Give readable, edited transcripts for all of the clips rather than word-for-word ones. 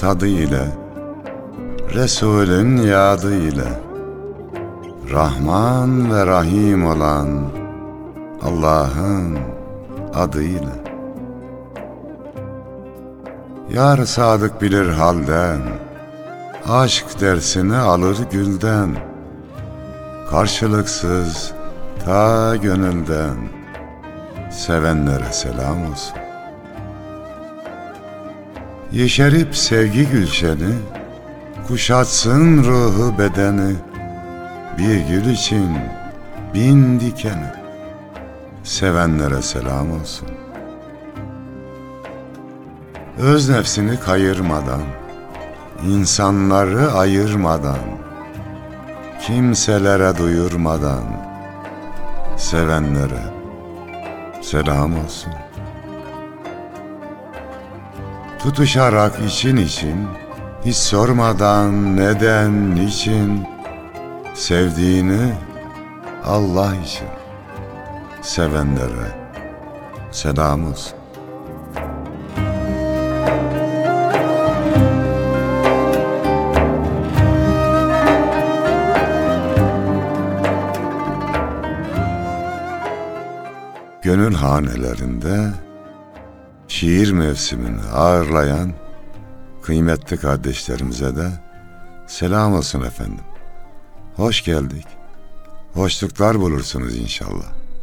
tadı ile, Resulün yadı ile, Rahman ve Rahim olan Allah'ın adıyla. Yar sadık bilir halden, aşk dersini alır gülden, karşılıksız ta gönülden, sevenlere selam olsun. Yeşerip sevgi gülşeni, kuşatsın ruhu bedeni, bir gül için bin dikeni, sevenlere selam olsun. Öz nefsini kayırmadan, insanları ayırmadan, kimselere duyurmadan, sevenlere selam olsun. Tutuşarak için, hiç sormadan neden, niçin, sevdiğini Allah için, sevenlere selam olsun. Gönül hanelerinde şiir mevsimini ağırlayan kıymetli kardeşlerimize de selam olsun efendim. Hoş geldik. Hoşluklar bulursunuz inşallah.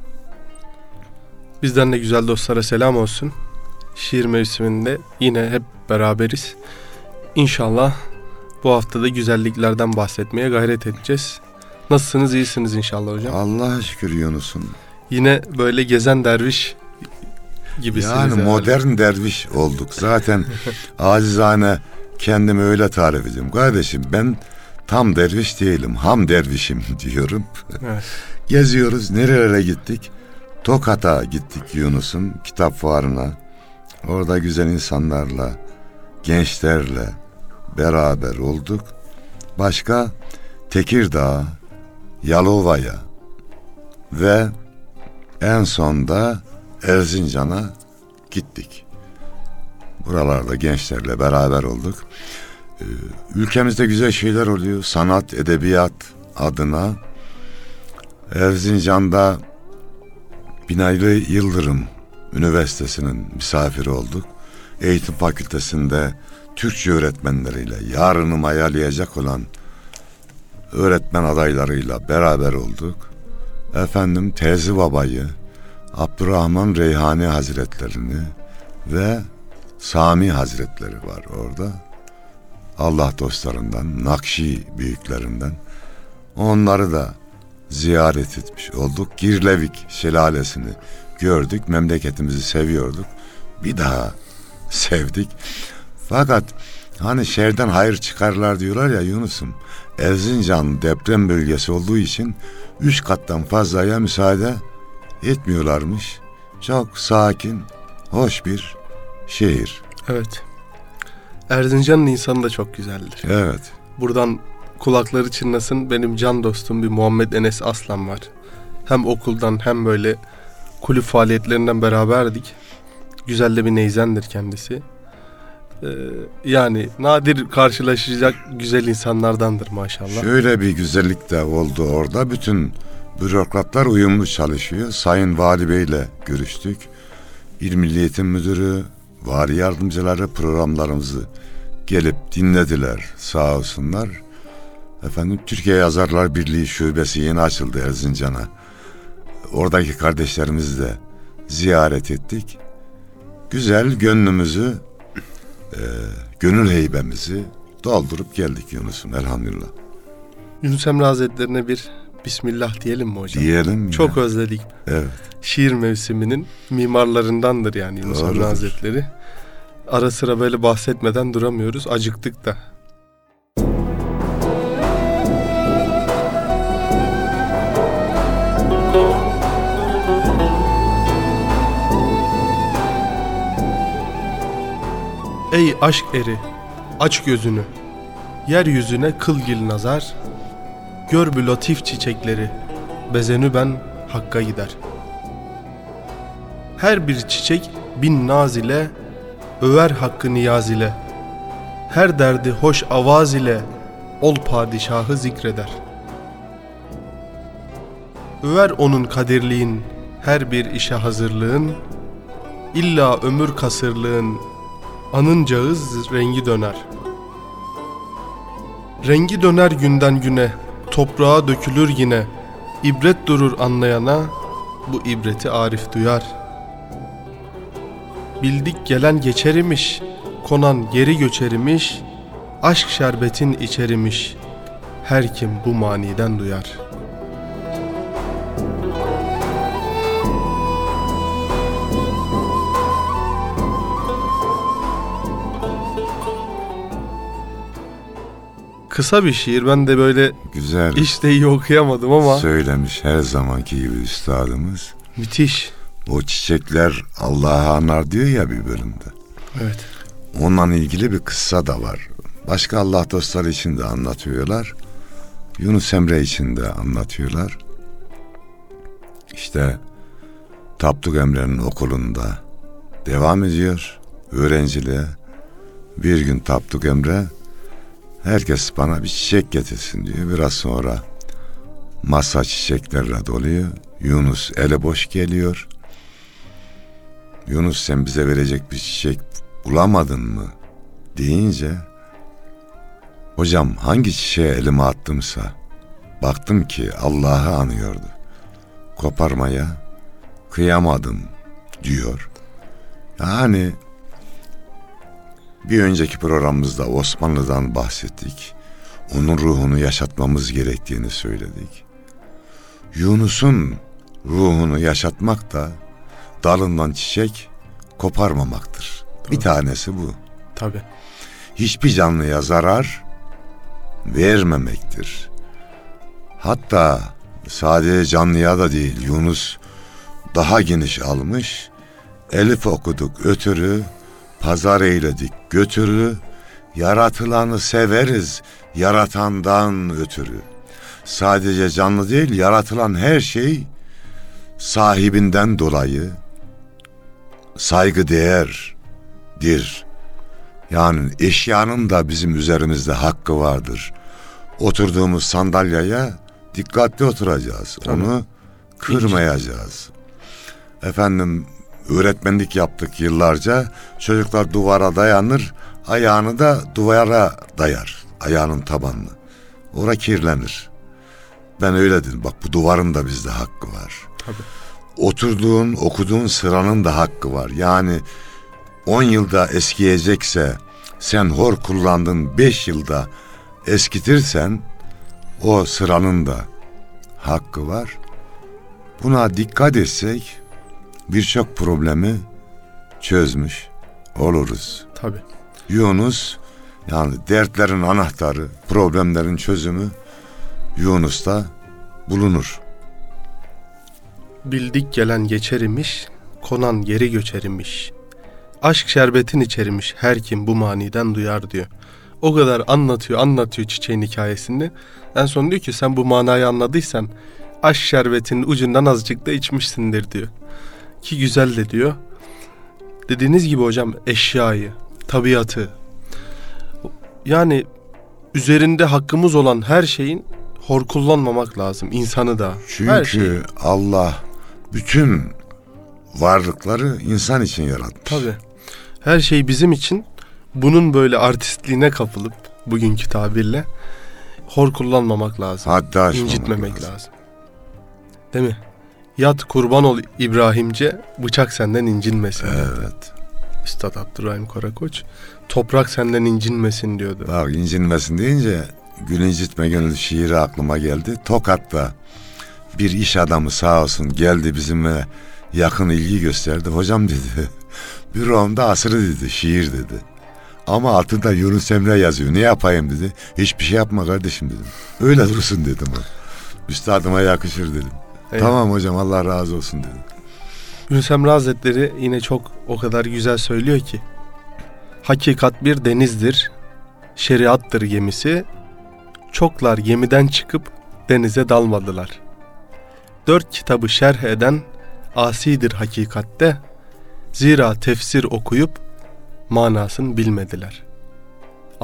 Bizden de güzel dostlara selam olsun. Şiir mevsiminde yine hep beraberiz. İnşallah bu haftada güzelliklerden bahsetmeye gayret edeceğiz. Nasılsınız? İyisiniz inşallah hocam. Allah'a şükür Yunus'um. Yine böyle gezen derviş gibisiniz. Yani modern derviş olduk. Zaten acizane kendimi öyle tarif ediyorum. Kardeşim ben tam derviş değilim, ham dervişim diyorum. Evet. Geziyoruz. Nerelere gittik? Tokat'a gittik Yunus'um, kitap fuarına. Orada güzel insanlarla, gençlerle beraber olduk. Başka Tekirdağ, Yalova'ya ve en sonda Erzincan'a gittik. Buralarda gençlerle beraber olduk. Ülkemizde güzel şeyler oluyor. Sanat, edebiyat adına. Erzincan'da Binali Yıldırım Üniversitesi'nin misafiri olduk. Eğitim fakültesinde Türkçe öğretmenleriyle yarını mayalayacak olan öğretmen adaylarıyla beraber olduk. Efendim Terzi Baba'yı, Abdurrahman Reyhani Hazretlerini ve Sami Hazretleri var orada. Allah dostlarından, Nakşi büyüklerinden. Onları da ziyaret etmiş olduk. Girlevik şelalesini gördük. Memleketimizi seviyorduk. Bir daha sevdik. Fakat hani şerden hayır çıkarlar diyorlar ya Yunus'um. Erzincan deprem bölgesi olduğu için 3 kattan fazlaya müsaade etmiyorlarmış. Çok sakin, hoş bir şehir. Evet. Erzincan'ın insanı da çok güzeldir. Evet. Buradan kulakları çınlasın, benim can dostum bir Muhammed Enes Aslan var. Hem okuldan hem böyle kulüp faaliyetlerinden beraberdik. Güzel de bir neyzendir kendisi. Yani nadir karşılaşacak güzel insanlardandır maşallah. Şöyle bir güzellik de oldu orada. Bütün bürokratlar uyumlu çalışıyor. Sayın Vali Bey'le görüştük. İl Milli Eğitim Müdürü, vali yardımcıları programlarımızı gelip dinlediler sağ olsunlar. Efendim Türkiye Yazarlar Birliği şubesi yeni açıldı Erzincan'a. Oradaki kardeşlerimizi de ziyaret ettik. Güzel gönlümüzü, gönül heybemizi doldurup geldik Yunus'um elhamdülillah. Yunus Emre Hazretlerine bir Bismillah diyelim mi hocam? Diyelim. Çok özledik. Evet. Şiir mevsiminin mimarlarındandır yani Yunus Emre Hazretleri. Ara sıra böyle bahsetmeden duramıyoruz. Acıktık da. Ey aşk eri, aç gözünü, yeryüzüne kılgil nazar, gör bu latif çiçekleri, bezenü ben hakka gider. Her bir çiçek bin naz ile, över hakkı niyaz ile, her derdi hoş avaz ile ol padişahı zikreder. Över onun kadirliğin her bir işe hazırlığın, illa ömür kasırlığın anınca hız rengi döner. Rengi döner günden güne, toprağa dökülür yine, ibret durur anlayana, bu ibreti arif duyar. Bildik gelen geçerimiş, konan geri göçerimiş, aşk şerbetin içerimiş, her kim bu maniden duyar. Kısa bir şiir, ben de böyle Güzel işte iyi okuyamadım ama söylemiş her zamanki gibi üstadımız. müthiş. O çiçekler Allah'ı anar diyor ya bir bölümde. Evet. Onunla ilgili bir kıssa da var. Başka Allah dostları için de anlatıyorlar. Yunus Emre için de anlatıyorlar. İşte Tapduk Emre'nin okulunda devam ediyor öğrenciliğe. Bir gün Tapduk Emre, herkes bana bir çiçek getirsin diyor. Biraz sonra masa çiçeklerle doluyor. Yunus eli boş geliyor. Yunus, sen bize verecek bir çiçek bulamadın mı deyince, hocam hangi çiçeğe elime attımsa baktım ki Allah'ı anıyordu. Koparmaya kıyamadım diyor. Yani bir önceki programımızda Osmanlı'dan bahsettik. Onun ruhunu yaşatmamız gerektiğini söyledik. Yunus'un ruhunu yaşatmak da dalından çiçek koparmamaktır. Bir tanesi bu. Tabii. Hiçbir canlıya zarar vermemektir. Hatta sadece canlıya da değil, Yunus daha geniş almış. Elif okuduk ötürü, pazar eyledik götürü, yaratılanı severiz yaratandan ötürü. Sadece canlı değil, yaratılan her şey sahibinden dolayı saygıdeğerdir. Yani eşyanın da bizim üzerimizde hakkı vardır. Oturduğumuz sandalyeye dikkatli oturacağız. Tabii. Onu kırmayacağız. Efendim, öğretmenlik yaptık yıllarca. Çocuklar duvara dayanır, ayağını da duvara dayar. Ayağının tabanını. Ora kirlenir. Ben öyle dedim. Bak, bu duvarın da bizde hakkı var. Tabii. Oturduğun, okuduğun sıranın da hakkı var. Yani 10 yılda eskiyecekse, sen hor kullandın 5 yılda eskitirsen, o sıranın da hakkı var. Buna dikkat etsek birçok problemi çözmüş oluruz. Tabii. Yunus, yani dertlerin anahtarı, problemlerin çözümü Yunus'ta bulunur. Bildik gelen geçerimiş, konan geri göçerimiş. Aşk şerbetin içerimiş, her kim bu maniden duyar diyor. O kadar anlatıyor çiçeğin hikayesini. En son diyor ki, sen bu manayı anladıysan aşk şerbetinin ucundan azıcık da içmişsindir diyor. Ki güzel de diyor. Dediğiniz gibi hocam, eşyayı, tabiatı, yani üzerinde hakkımız olan her şeyin hor kullanmamak lazım. İnsanı da. Çünkü Allah bütün varlıkları insan için yaratmış. Tabii. Her şey bizim için. Bunun böyle artistliğine kapılıp, bugünkü tabirle, hor kullanmamak lazım. Hatta incitmemek lazım. Değil mi? Yat kurban ol İbrahimce, bıçak senden incinmesin. Evet. Üstad Abdurrahim Karakoç, toprak senden incinmesin diyordu. Bak, incinmesin deyince Gül İncitme Gönül şiiri aklıma geldi. Tokat'ta bir iş adamı sağ olsun geldi, bizimle yakın ilgi gösterdi. Hocam dedi, büromda asırı dedi, şiir dedi. Ama altında Yunus Emre yazıyor. Ne yapayım dedi. Hiçbir şey yapma kardeşim dedim. Öyle dursun dedim. Üstadıma yakışır dedim. Evet. Tamam hocam, Allah razı olsun dedim. Yunus Emre Hazretleri yine çok o kadar güzel söylüyor ki, hakikat bir denizdir, şeriattır gemisi, çoklar gemiden çıkıp denize dalmadılar. 4 kitabı şerh eden asidir hakikatte, zira tefsir okuyup manasını bilmediler.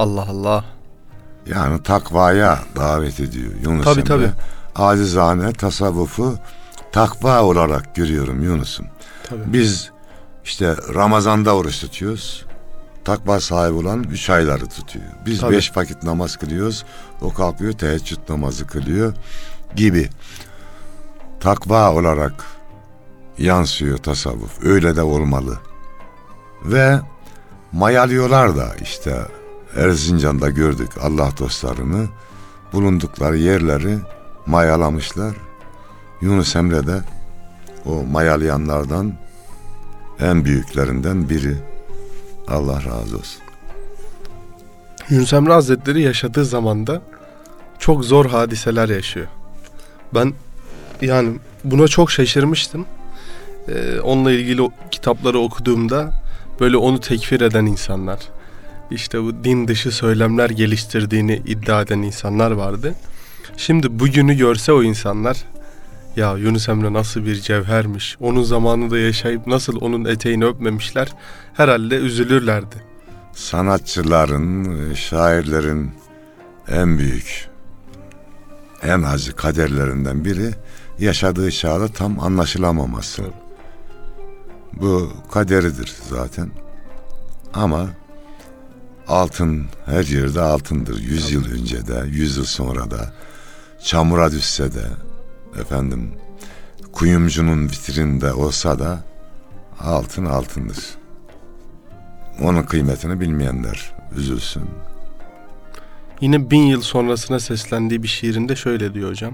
Allah Allah. Yani takvaya davet ediyor Yunus Tabii, Emre. tabii. Acizane tasavvufu takva olarak görüyorum Yunus'um. Tabii. Biz işte Ramazan'da oruç tutuyoruz. Takva sahibi olan 3 ayları tutuyor. Biz Tabii. 5 vakit namaz kılıyoruz. O kalkıyor teheccüd namazı kılıyor gibi. Takva olarak yansıyor tasavvuf. Öyle de olmalı. Ve mayalıyorlar da işte Erzincan'da gördük Allah dostlarını. Bulundukları yerleri mayalamışlar. Yunus Emre de o mayalayanlardan en büyüklerinden biri. Allah razı olsun. Yunus Emre Hazretleri yaşadığı zamanda çok zor hadiseler yaşıyor. Ben yani buna çok şaşırmıştım. Onunla ilgili kitapları okuduğumda böyle onu tekfir eden insanlar, işte bu din dışı söylemler geliştirdiğini iddia eden insanlar vardı. Şimdi bugünü görse o insanlar, ya Yunus Emre nasıl bir cevhermiş, onun zamanında yaşayıp nasıl onun eteğini öpmemişler, herhalde üzülürlerdi. Sanatçıların, şairlerin en büyük, en acı kaderlerinden biri yaşadığı çağda tam anlaşılamaması. Bu kaderidir zaten. Ama altın her yerde altındır. 100 yıl önce de, 100 yıl sonra da, çamura düşse de, efendim, kuyumcunun vitrinde olsa da altın altındır. Onun kıymetini bilmeyenler üzülsün. Yine 1000 yıl sonrasına seslendiği bir şiirinde şöyle diyor hocam.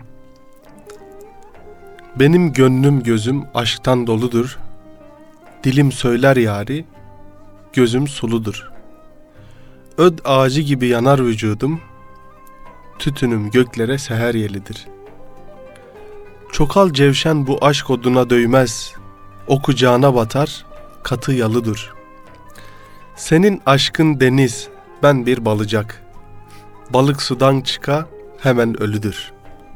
Benim gönlüm gözüm aşktan doludur. Dilim söyler yari, gözüm suludur. Öd ağacı gibi yanar vücudum, tütünüm göklere seher yelidir. Çokal cevşen bu aşk oduna döymez, o kucağına batar, katı yalıdır. Senin aşkın deniz, ben bir balıcak. Balık sudan çıka, hemen ölüdür.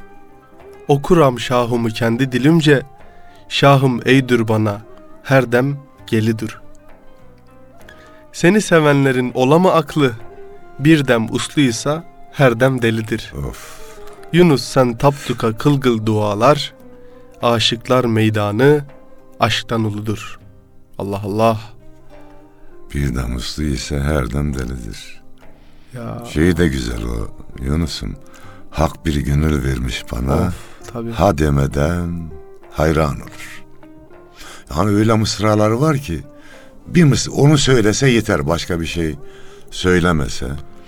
Okuram şahımı kendi dilimce, şahım eydür bana, her dem gelidir. Seni sevenlerin ola mı aklı, bir dem usluysa her dem delidir. Of. Yunus sen taptuka kılgıl dualar, aşıklar meydanı aşktan uludur. Allah Allah. Bir dem uslu ise her dem delidir. Ya. Şey de güzel o Yunus'um. Hak bir gönül vermiş bana. Of, tabii. Ha demeden hayran olur. Yani öyle mısraları var ki onu söylese yeter, başka bir şey söylemese.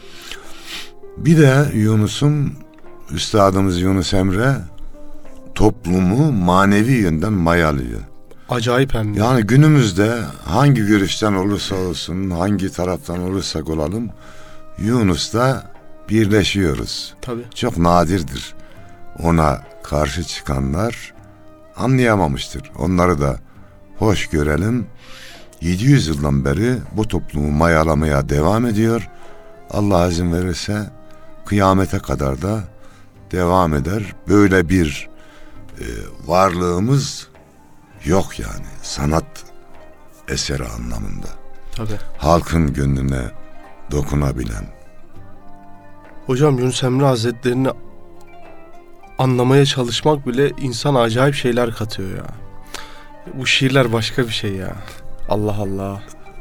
Bir de Yunus'um, üstadımız Yunus Emre toplumu manevi yönden mayalıyor. Acayip hem de. Yani günümüzde hangi görüşten olursa olsun, hangi taraftan olursak olalım, Yunus'ta birleşiyoruz. Tabii. Çok nadirdir ona karşı çıkanlar, anlayamamıştır. Onları da hoş görelim. 700 yıldan beri bu toplumu mayalamaya devam ediyor. Allah izin verirse kıyamete kadar da devam eder. Böyle bir varlığımız yok yani, sanat eseri anlamında. Tabii. Halkın gönlüne dokunabilen. Hocam Yunus Emre Hazretleri'ni anlamaya çalışmak bile insana acayip şeyler katıyor ya. Bu şiirler başka bir şey ya. Allah Allah.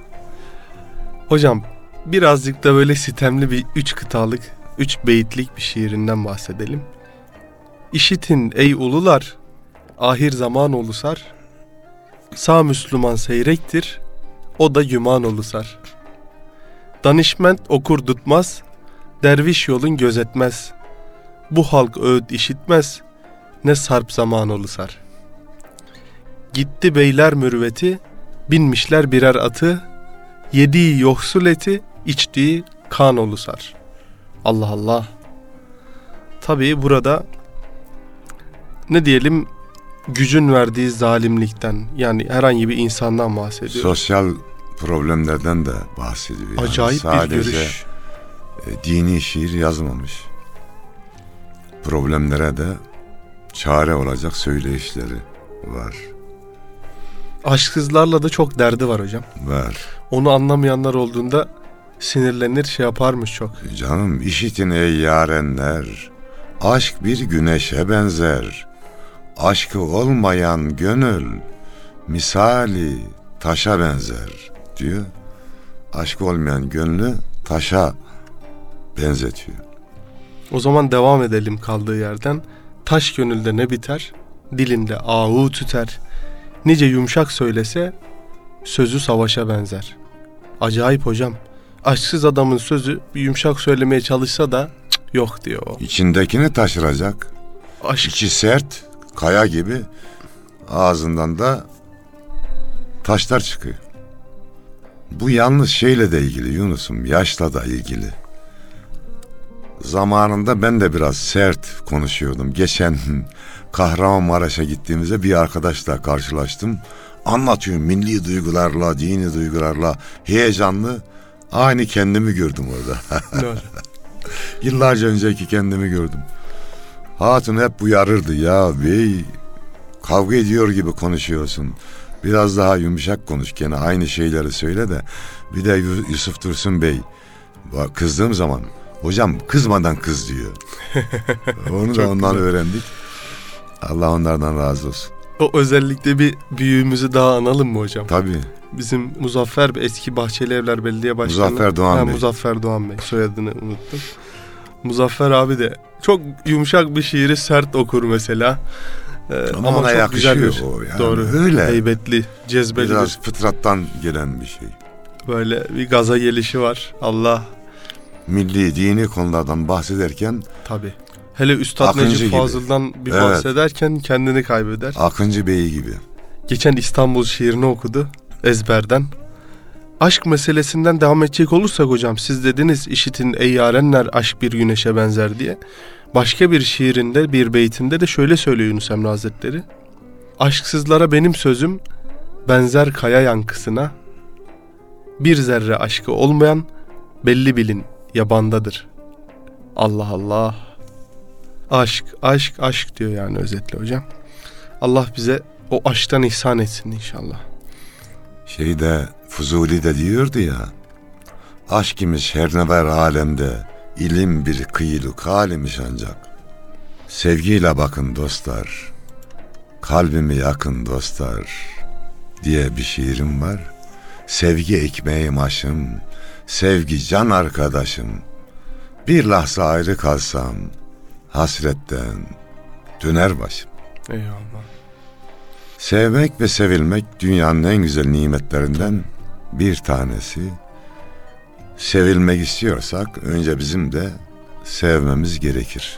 Hocam birazcık da böyle sitemli bir 3 kıtalık, 3 beyitlik bir şiirinden bahsedelim. İşitin ey ulular, ahir zaman olusar. Sağ Müslüman seyrektir, o da güman olusar. Danişment okur tutmaz, derviş yolun gözetmez. Bu halk öğüt işitmez, ne sarp zaman olusar. Gitti beyler mürveti, binmişler birer atı, yediği yoksul eti, içtiği kan olusar. Allah Allah. Tabii burada ne diyelim, gücün verdiği zalimlikten, yani herhangi bir insandan bahsediyor. Sosyal problemlerden de bahsediyor. Yani acayip sadece bir görüş. Dini şiir yazmamış. Problemlere de çare olacak söyleyişleri var. Aşksızlarla da çok derdi var hocam. Var. Onu anlamayanlar olduğunda sinirlenir, şey yaparmış çok. Canım işitin ey yarenler, aşk bir güneşe benzer. Aşkı olmayan gönül misali taşa benzer diyor. Aşkı olmayan gönlü taşa benzetiyor. O zaman devam edelim kaldığı yerden. Taş gönülde ne biter? Dilinde ahu tüter. Nice yumuşak söylese sözü savaşa benzer. Acayip hocam. Aşksız adamın sözü bir yumuşak söylemeye çalışsa da yok diyor o. İçindekini taşıracak. Aşk İçi sert, kaya gibi, ağzından da taşlar çıkıyor. Bu yalnız şeyle de ilgili Yunus'um, yaşla da ilgili. Zamanında ben de biraz sert konuşuyordum. Geçen Kahramanmaraş'a gittiğimizde bir arkadaşla karşılaştım. Anlatıyor milli duygularla, dini duygularla, heyecanlı. Aynı kendimi gördüm orada. Yıllarca önceki kendimi gördüm. Hatun hep uyarırdı, ya bey kavga ediyor gibi konuşuyorsun. Biraz daha yumuşak konuş, gene aynı şeyleri söyle de. Bir de Yusuf Dursun Bey, kızdığım zaman hocam kızmadan kız diyor. Onu da ondan öğrendik. Allah onlardan razı olsun. O özellikle bir büyüğümüzü daha analım mı hocam? Tabii. Bizim Muzaffer eski Bahçeli Evler Belediye Başkanı. Muzaffer Doğan Bey. Muzaffer Doğan Bey, soyadını unuttum. Muzaffer abi de çok yumuşak bir şiiri sert okur mesela. Ama ona çok yakışıyor güzel o yani. Doğru. Öyle. Heybetli, cezbeli. Biraz fıtrattan gelen bir şey. Böyle bir gaza gelişi var. Allah. Milli, dini konulardan bahsederken Tabii. Hele Üstad Akıncı Necip gibi. Fazıl'dan bir Evet. bahsederken kendini kaybeder. Akıncı Bey gibi. Geçen İstanbul şiirini okudu ezberden. Aşk meselesinden devam edecek olursak hocam, siz dediniz işitin ey yarenler aşk bir güneşe benzer diye. Başka bir şiirinde, bir beytinde de şöyle söylüyor Yunus Emre Hazretleri. Aşksızlara benim sözüm benzer kaya yankısına. Bir zerre aşkı olmayan belli bilin yabandadır. Allah Allah. Aşk, aşk, aşk diyor yani özetle hocam. Allah bize o aşktan ihsan etsin inşallah. Fuzuli de diyordu ya, aşk imiş her ne var alemde, ilim bir kıyılık halimiş ancak. Sevgiyle bakın dostlar, kalbimi yakın dostlar diye bir şiirim var. Sevgi ekmeğim aşım, sevgi can arkadaşım. Bir lahza ayrı kalsam, hasretten döner başım. Eyvallah. Sevmek ve sevilmek dünyanın en güzel nimetlerinden bir tanesi. Sevilmek istiyorsak önce bizim de sevmemiz gerekir.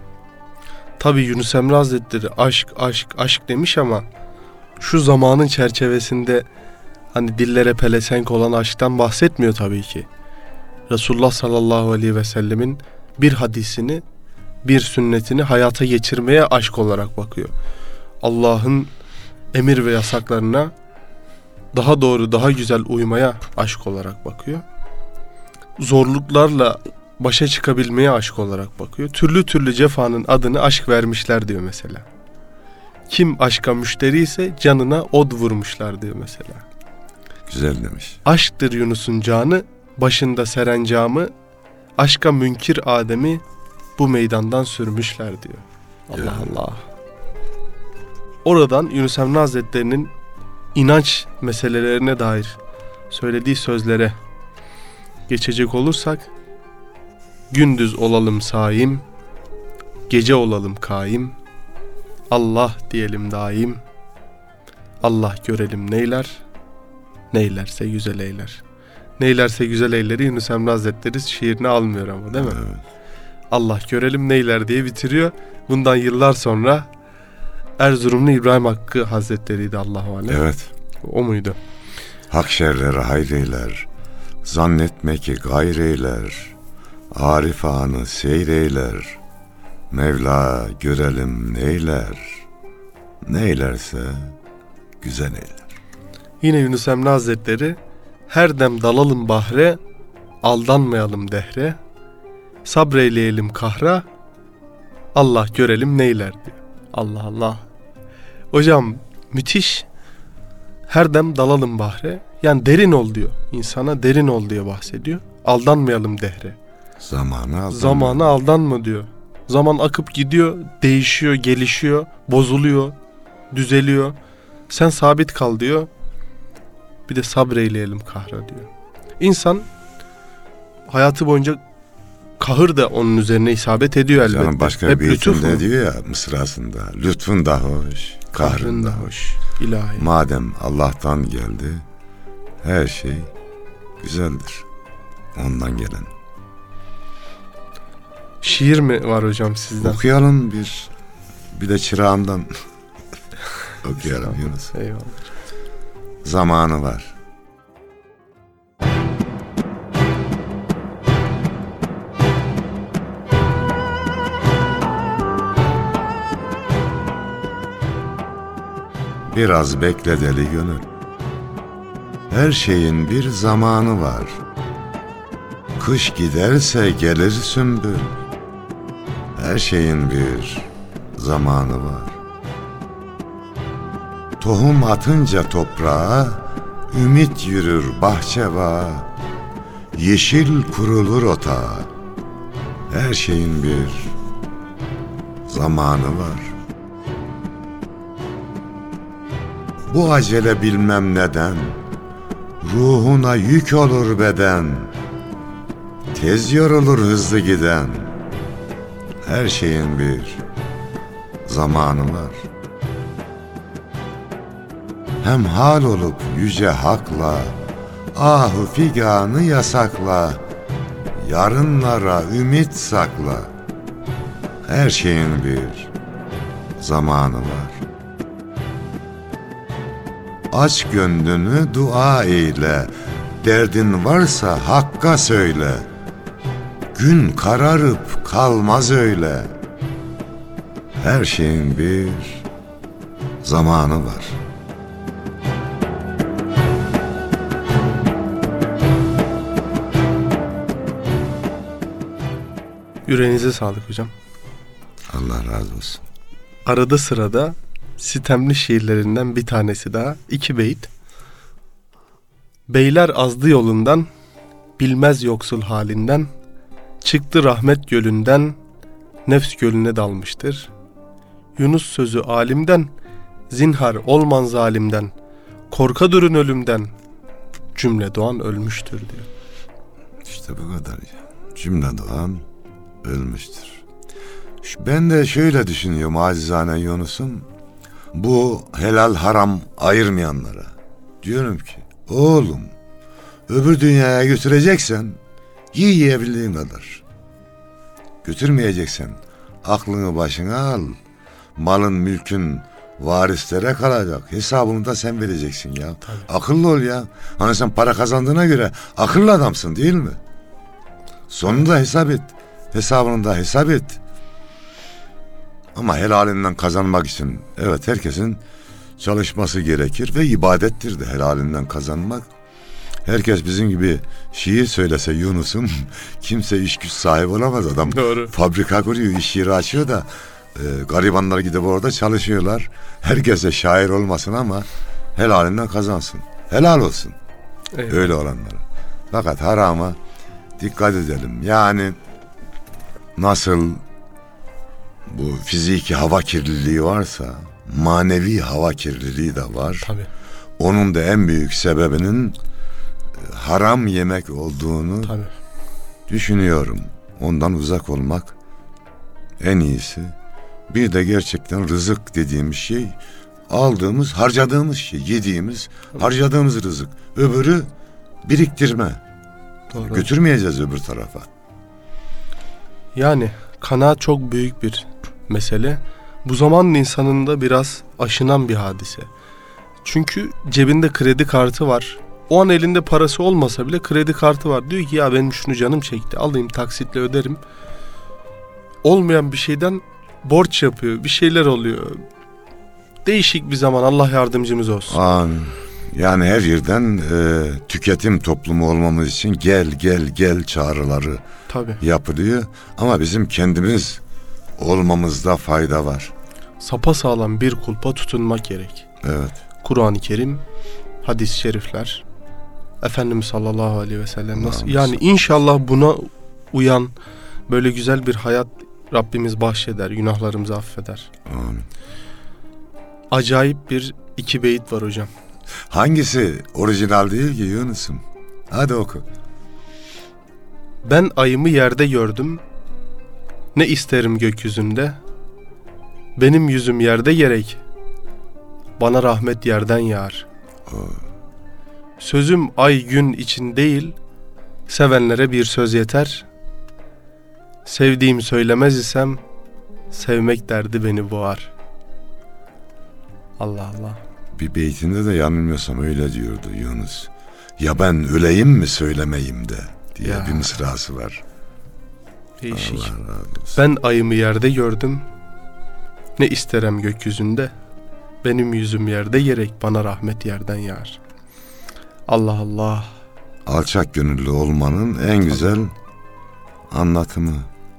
Tabii Yunus Emre Hazretleri aşk, aşk, aşk demiş ama şu zamanın çerçevesinde hani dillere pelesenk olan aşktan bahsetmiyor tabii ki. Resulullah sallallahu aleyhi ve sellemin bir hadisini, bir sünnetini hayata geçirmeye aşk olarak bakıyor. Allah'ın emir ve yasaklarına daha doğru, daha güzel uymaya aşk olarak bakıyor. Zorluklarla başa çıkabilmeye aşk olarak bakıyor. Türlü türlü cefanın adını aşk vermişler diyor mesela. Kim aşka müşteri ise canına od vurmuşlar diyor mesela. Güzel demiş. Aşktır Yunus'un canı, başında serencamı, aşka münkir Adem'i bu meydandan sürmüşler diyor. Allah Ya. Allah. Oradan Yunus Emre Hazretleri'nin inanç meselelerine dair söylediği sözlere geçecek olursak, gündüz olalım saim, gece olalım kaim, Allah diyelim daim, Allah görelim neyler, neylerse güzel eyler. Neylerse güzel eyleri Yunus Emre Hazretleri şiirine almıyor ama değil mi? Evet. Allah görelim neyler diye bitiriyor. Bundan yıllar sonra Erzurumlu İbrahim Hakkı Hazretleri'ydi Allahu alem. Evet. O muydu? Hak şerleri hayreyler, zannetme ki gayreyler, Arif anı seyreyler, Mevla görelim neyler, neylerse güzel eyler. Yine Yunus Emre Hazretleri her dem dalalım bahre, aldanmayalım dehre, sabreyleyelim kahra, Allah görelim neyler diyor. Allah Allah. Hocam müthiş. Her dem dalalım bahre. Yani derin ol diyor. İnsana derin ol diye bahsediyor. aldanmayalım dehre. Zamana aldanma diyor. Zaman akıp gidiyor, değişiyor, gelişiyor, bozuluyor, düzeliyor. Sen sabit kal diyor. Bir de sabreyleyelim kahra diyor. İnsan hayatı boyunca kahır da onun üzerine isabet ediyor elbette. Canım başka hep bir lütuf beytinde mu? diyor ya mısrasında. Lütfun da hoş, kahrın da hoş. İlahi. Madem Allah'tan geldi, her şey güzeldir. Ondan gelen. Şiir mi var hocam sizden? Okuyalım bir de çırağından okuyalım Yunus. Eyvallah. Zamanı var. Biraz bekle deli gönül. Her şeyin bir zamanı var. Kış giderse gelir sümbül. Her şeyin bir zamanı var. Tohum atınca toprağa, ümit yürür bahçe bağa. Yeşil kurulur otağa. Her şeyin bir zamanı var. Bu acele bilmem neden, ruhuna yük olur beden. Tez yorulur hızlı giden. Her şeyin bir zamanı var. Hemhal olup yüce hakla, ahu figanı yasakla, yarınlara ümit sakla. Her şeyin bir zamanı var. Aç gönlünü dua eyle, derdin varsa Hakk'a söyle. Gün kararıp kalmaz öyle. Her şeyin bir zamanı var. Yüreğinize sağlık hocam. Allah razı olsun. Arada sırada sitemli şiirlerinden bir tanesi daha. 2 beyt. Beyler azdı yolundan, bilmez yoksul halinden, çıktı rahmet gölünden, nefs gölüne dalmıştır. Yunus sözü alimden, zinhar olman zalimden, korka durun ölümden, cümle doğan ölmüştür diyor. İşte bu kadar ya. Cümle doğan ölmüştür. Ben de şöyle düşünüyorum acizane Yunus'um. Bu helal haram ayırmayanlara diyorum ki oğlum öbür dünyaya götüreceksen yiyebildiğin kadar. Götürmeyeceksen aklını başına al. Malın mülkün varislere kalacak. Hesabını da sen vereceksin ya. Tabii. Akıllı ol ya. Hani sen para kazandığına göre akıllı adamsın değil mi? Sonunda hesap et. Hesabını da hesap et. Ama helalinden kazanmak için evet herkesin çalışması gerekir ve ibadettir de helalinden kazanmak. Herkes bizim gibi şiir söylese Yunus'um kimse iş güç sahibi olamaz adam. Doğru. Fabrika kuruyor, iş yeri açıyor da garibanlar gidip orada çalışıyorlar. Herkese şair olmasın ama helalinden kazansın. Helal olsun. Eyvallah. Öyle olanlara. Fakat harama dikkat edelim. Yani nasıl bu fiziki hava kirliliği varsa manevi hava kirliliği de var. Tabii. Onun da en büyük sebebinin haram yemek olduğunu Tabii. düşünüyorum. Ondan uzak olmak en iyisi. Bir de gerçekten rızık dediğimiz şey aldığımız, harcadığımız şey, yediğimiz, harcadığımız rızık. Öbürü biriktirme. Doğru. Götürmeyeceğiz öbür tarafa. Yani kanaat çok büyük bir mesele. Bu zamanın insanında biraz aşınan bir hadise. Çünkü cebinde kredi kartı var. O an elinde parası olmasa bile kredi kartı var. Diyor ki ya benim şunu canım çekti. Alayım taksitle öderim. Olmayan bir şeyden borç yapıyor. Bir şeyler oluyor. Değişik bir zaman. Allah yardımcımız olsun. Amin. Yani her yerden tüketim toplumu olmamız için gel çağrıları Tabii. yapılıyor. Ama bizim kendimiz olmamızda fayda var. Sapasağlam bir kulpa tutunmak gerek. Evet. Kur'an-ı Kerim, hadis-i şerifler, Efendimiz sallallahu aleyhi ve sellem nasıl? Yani inşallah buna uyan böyle güzel bir hayat Rabbimiz bahşeder, günahlarımızı affeder. Amin. Acayip bir 2 beyit var hocam. Hangisi orijinal değil ki Yunus'um? Hadi oku. Ben ayımı yerde gördüm, ne isterim gökyüzünde. Benim yüzüm yerde gerek, bana rahmet yerden yağar. Sözüm ay gün için değil, sevenlere bir söz yeter. Sevdiğim söylemez isem, sevmek derdi beni boğar. Allah Allah. Bir beytinde de yanılmıyorsam öyle diyordu Yunus. Ya ben öleyim mi söylemeyim de diye bir mısrası var. Değişik. Allah razı olsun. Ben ayımı yerde gördüm, ne isterem gökyüzünde. Benim yüzüm yerde gerek, bana rahmet yerden yağar. Allah Allah. Alçak gönüllü olmanın en güzel anlatımı.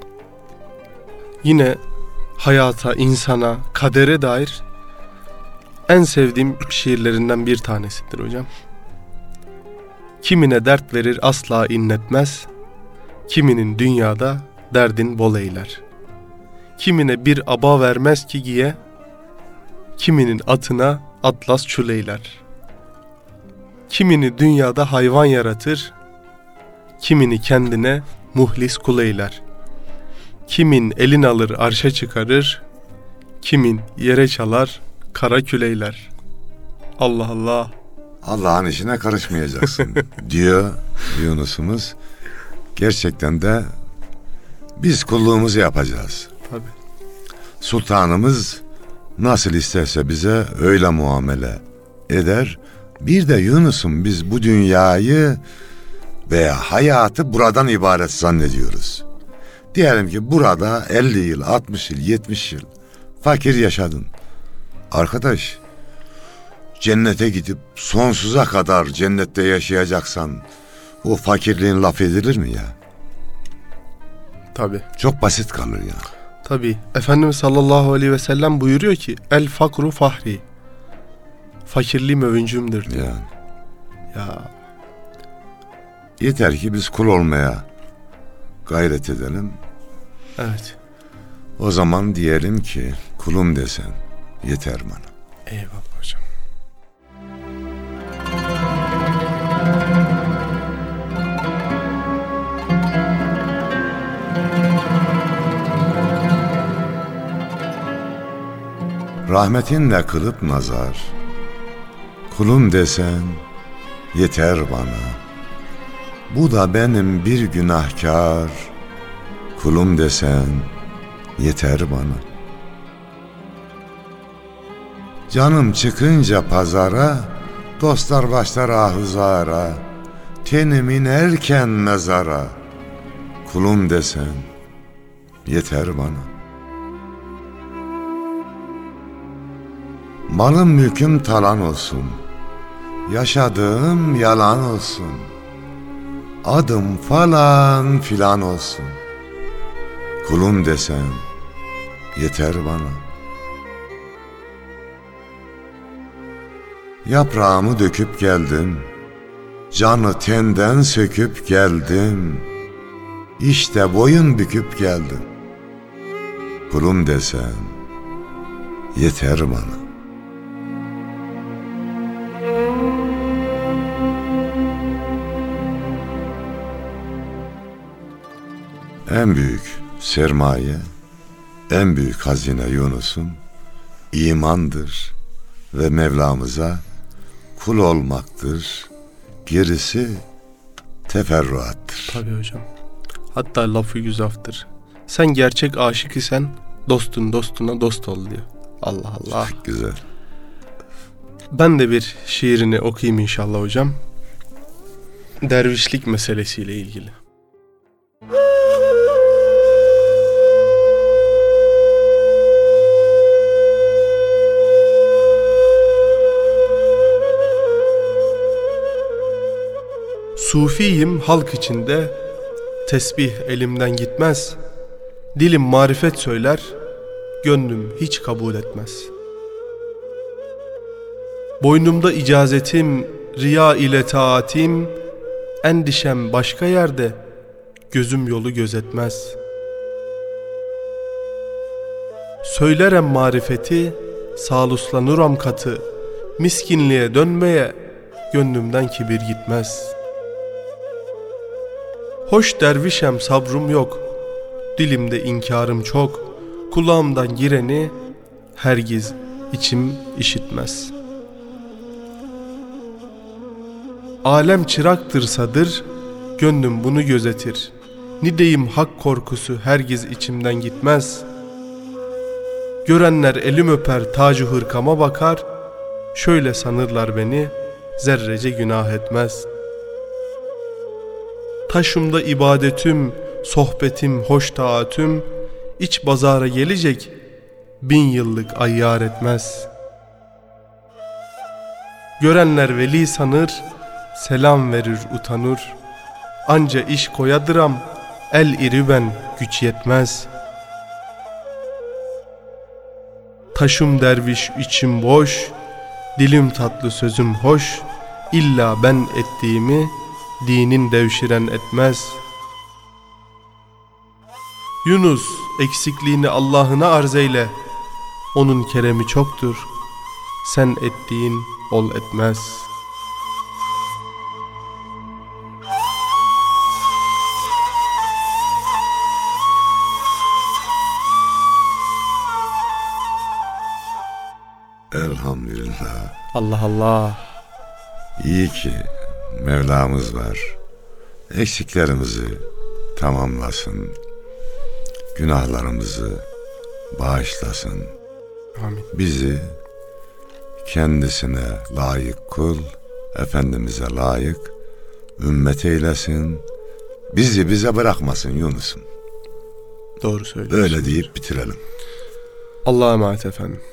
Yine hayata, insana, kadere dair en sevdiğim şiirlerinden bir tanesidir hocam. Kimine dert verir asla inletmez, kiminin dünyada derdin bol eyler. Kimine bir aba vermez ki giye, kiminin atına atlas çul eyler. Kimini dünyada hayvan yaratır, kimini kendine muhlis kul eyler. Kimin elin alır arşa çıkarır, kimin yere çalar kara küleyler. Allah Allah. Allah'ın işine karışmayacaksın diyor Yunus'umuz. Gerçekten de biz kulluğumuzu yapacağız. Tabii. Sultanımız nasıl isterse bize öyle muamele eder. Bir de Yunus'um biz bu dünyayı veya hayatı buradan ibaret zannediyoruz. Diyelim ki burada 50 yıl, 60 yıl, 70 yıl fakir yaşadın. Arkadaş, cennete gidip sonsuza kadar cennette yaşayacaksan o fakirliğin laf edilir mi ya? Tabii. Çok basit kalır ya. Tabii. Efendimiz sallallahu aleyhi ve sellem buyuruyor ki el fakru fahri. Fakirliğim övüncümdür diyor. Yani. Ya. Yeter ki biz kul olmaya gayret edelim. Evet. O zaman diyelim ki kulum desen yeter bana. Eyvallah hocam. Rahmetinle kılıp nazar, kulum desen yeter bana. Bu da benim bir günahkar, kulum desen yeter bana. Canım çıkınca pazara, dostlar başlar ahuzara, tenim inerken mezara, kulum desen yeter bana. Malım mülküm talan olsun, yaşadığım yalan olsun, adım falan filan olsun, kulum desen yeter bana. Yaprağımı döküp geldim, canı tenden söküp geldim, işte boyun büküp geldim, kulum desen yeter bana. En büyük sermaye, en büyük hazine Yunus'um imandır ve Mevlamıza kul olmaktır. Gerisi teferruattır. Tabii hocam. Hatta lafı güzaftır. Sen gerçek aşık isen dostun dostuna dost ol diyor. Allah Allah. Güzel. Ben de bir şiirini okuyayım inşallah hocam. Dervişlik meselesiyle ilgili. Sufiyim halk içinde, tesbih elimden gitmez. Dilim marifet söyler, gönlüm hiç kabul etmez. Boynumda icazetim riya ile taatim, endişem başka yerde, gözüm yolu gözetmez. Söylerem marifeti, saluslanıram katı, miskinliğe dönmeye, gönlümden kibir gitmez. Hoş dervişem sabrım yok, dilimde inkarım çok, kulağımdan gireni, hergiz içim işitmez. Alem çıraktırsadır, gönlüm bunu gözetir. Nideyim hak korkusu hergiz içimden gitmez. Görenler elim öper tacı hırkama bakar, şöyle sanırlar beni, zerrece günah etmez. Taşımda ibadetim, sohbetim, hoş taatüm, iç bazara gelecek, 1000 yıllık ayyar etmez. Görenler veli sanır, selam verir utanır, anca iş koyadıram, el iri ben güç yetmez. Taşım derviş içim boş, dilim tatlı sözüm hoş, illa ben ettiğimi dinin devşiren etmez. Yunus eksikliğini Allah'ına arz eyle, onun keremi çoktur, sen ettiğin ol etmez. Elhamdülillah. Allah Allah. İyi ki Mevlamız var. Eksiklerimizi tamamlasın. Günahlarımızı bağışlasın. Amin. Bizi kendisine layık kul, Efendimiz'e layık ümmet eylesin. Bizi bize bırakmasın Yunus'um. Doğru söylüyorsun. Öyle deyip bitirelim. Allah'a emanet efendim.